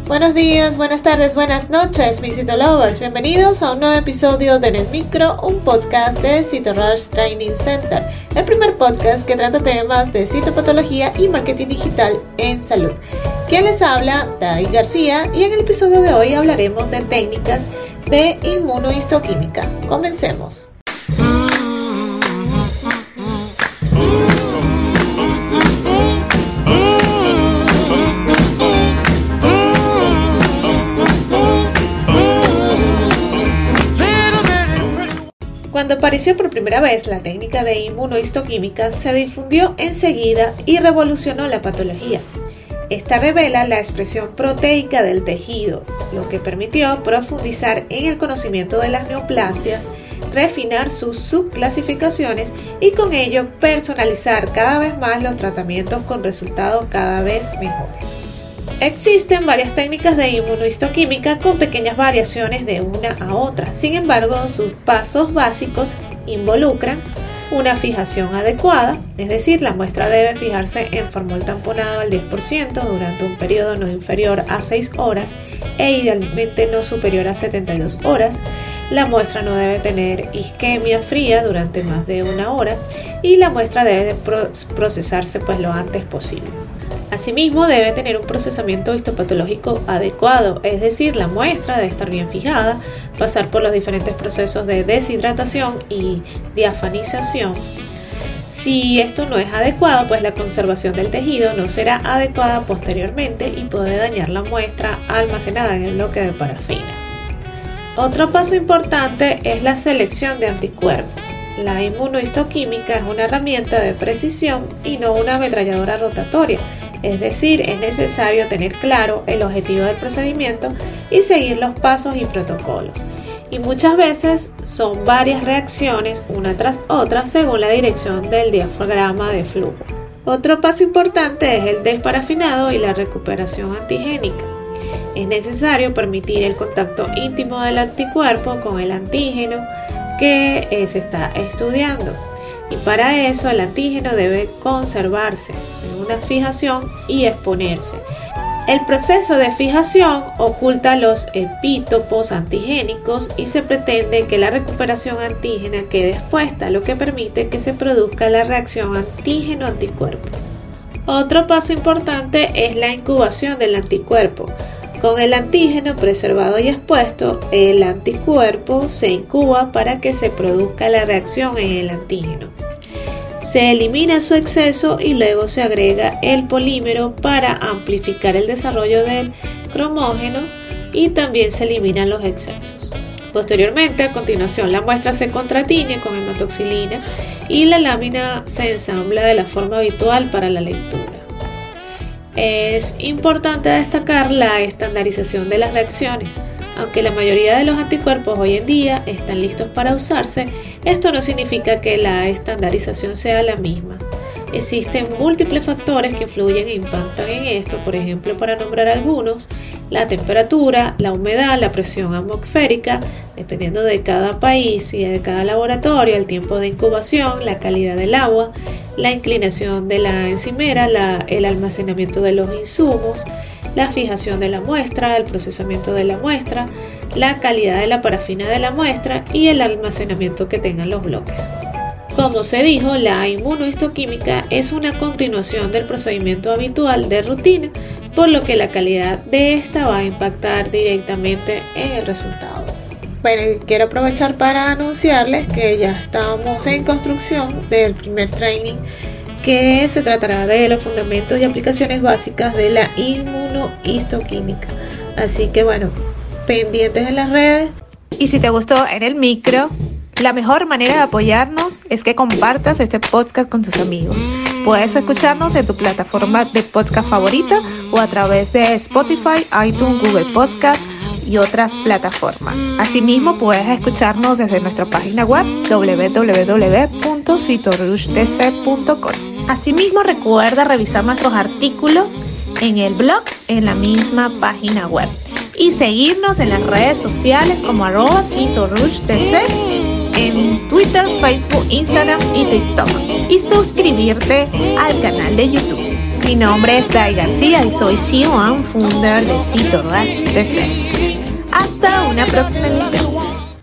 Buenos días, buenas tardes, buenas noches, mis CitoLovers. Bienvenidos a un nuevo episodio de En el Micro, un podcast de CitoRush Training Center, el primer podcast que trata temas de citopatología y marketing digital en salud. Quien les habla, Dai García, y en el episodio de hoy hablaremos de técnicas de inmunohistoquímica. Comencemos. Cuando apareció por primera vez la técnica de inmunohistoquímica, se difundió enseguida y revolucionó la patología. Esta revela la expresión proteica del tejido, lo que permitió profundizar en el conocimiento de las neoplasias, refinar sus subclasificaciones y con ello personalizar cada vez más los tratamientos con resultados cada vez mejores. Existen varias técnicas de inmunohistoquímica con pequeñas variaciones de una a otra. Sin embargo, sus pasos básicos involucran una fijación adecuada, es decir, la muestra debe fijarse en formol tamponado al 10% durante un periodo no inferior a 6 horas e idealmente no superior a 72 horas. La muestra no debe tener isquemia fría durante más de una hora y la muestra debe procesarse lo antes posible. Asimismo, debe tener un procesamiento histopatológico adecuado, es decir, la muestra debe estar bien fijada, pasar por los diferentes procesos de deshidratación y diafanización. Si esto no es adecuado, la conservación del tejido no será adecuada posteriormente y puede dañar la muestra almacenada en el bloque de parafina. Otro paso importante es la selección de anticuerpos. La inmunohistoquímica es una herramienta de precisión y no una ametralladora rotatoria. Es decir, es necesario tener claro el objetivo del procedimiento y seguir los pasos y protocolos. Y muchas veces son varias reacciones una tras otra según la dirección del diafragma de flujo. Otro paso importante es el desparafinado y la recuperación antigénica. Es necesario permitir el contacto íntimo del anticuerpo con el antígeno que se está estudiando. Y para eso el antígeno debe conservarse en una fijación y exponerse. El proceso de fijación oculta los epítopos antigénicos y se pretende que la recuperación antígena quede expuesta, lo que permite que se produzca la reacción antígeno-anticuerpo. Otro paso importante es la incubación del anticuerpo. Con el antígeno preservado y expuesto, el anticuerpo se incuba para que se produzca la reacción en el antígeno. Se elimina su exceso y luego se agrega el polímero para amplificar el desarrollo del cromógeno y también se eliminan los excesos. Posteriormente, a continuación, la muestra se contratiñe con hematoxilina y la lámina se ensambla de la forma habitual para la lectura. Es importante destacar la estandarización de las reacciones. Aunque la mayoría de los anticuerpos hoy en día están listos para usarse, esto no significa que la estandarización sea la misma. Existen múltiples factores que influyen e impactan en esto, por ejemplo, para nombrar algunos, la temperatura, la humedad, la presión atmosférica, dependiendo de cada país y de cada laboratorio, el tiempo de incubación, la calidad del agua, la inclinación de la encimera, el almacenamiento de los insumos, la fijación de la muestra, el procesamiento de la muestra, la calidad de la parafina de la muestra y el almacenamiento que tengan los bloques. Como se dijo, la inmunohistoquímica es una continuación del procedimiento habitual de rutina, por lo que la calidad de esta va a impactar directamente en el resultado. Bueno, quiero aprovechar para anunciarles que ya estamos en construcción del primer training que se tratará de los fundamentos y aplicaciones básicas de la inmunohistoquímica. Así que pendientes en las redes. Y si te gustó En el Micro, la mejor manera de apoyarnos es que compartas este podcast con tus amigos. Puedes escucharnos en tu plataforma de podcast favorita o a través de Spotify, iTunes, Google Podcast y otras plataformas. Asimismo, puedes escucharnos desde nuestra página web www.citorushtc.com. Asimismo, recuerda revisar nuestros artículos en el blog en la misma página web y seguirnos en las redes sociales como @citorushtc en Twitter, Facebook, Instagram y TikTok y suscribirte al canal de YouTube. Mi nombre es Dai García y soy CEO and Founder de Citorat TC. Hasta una próxima emisión.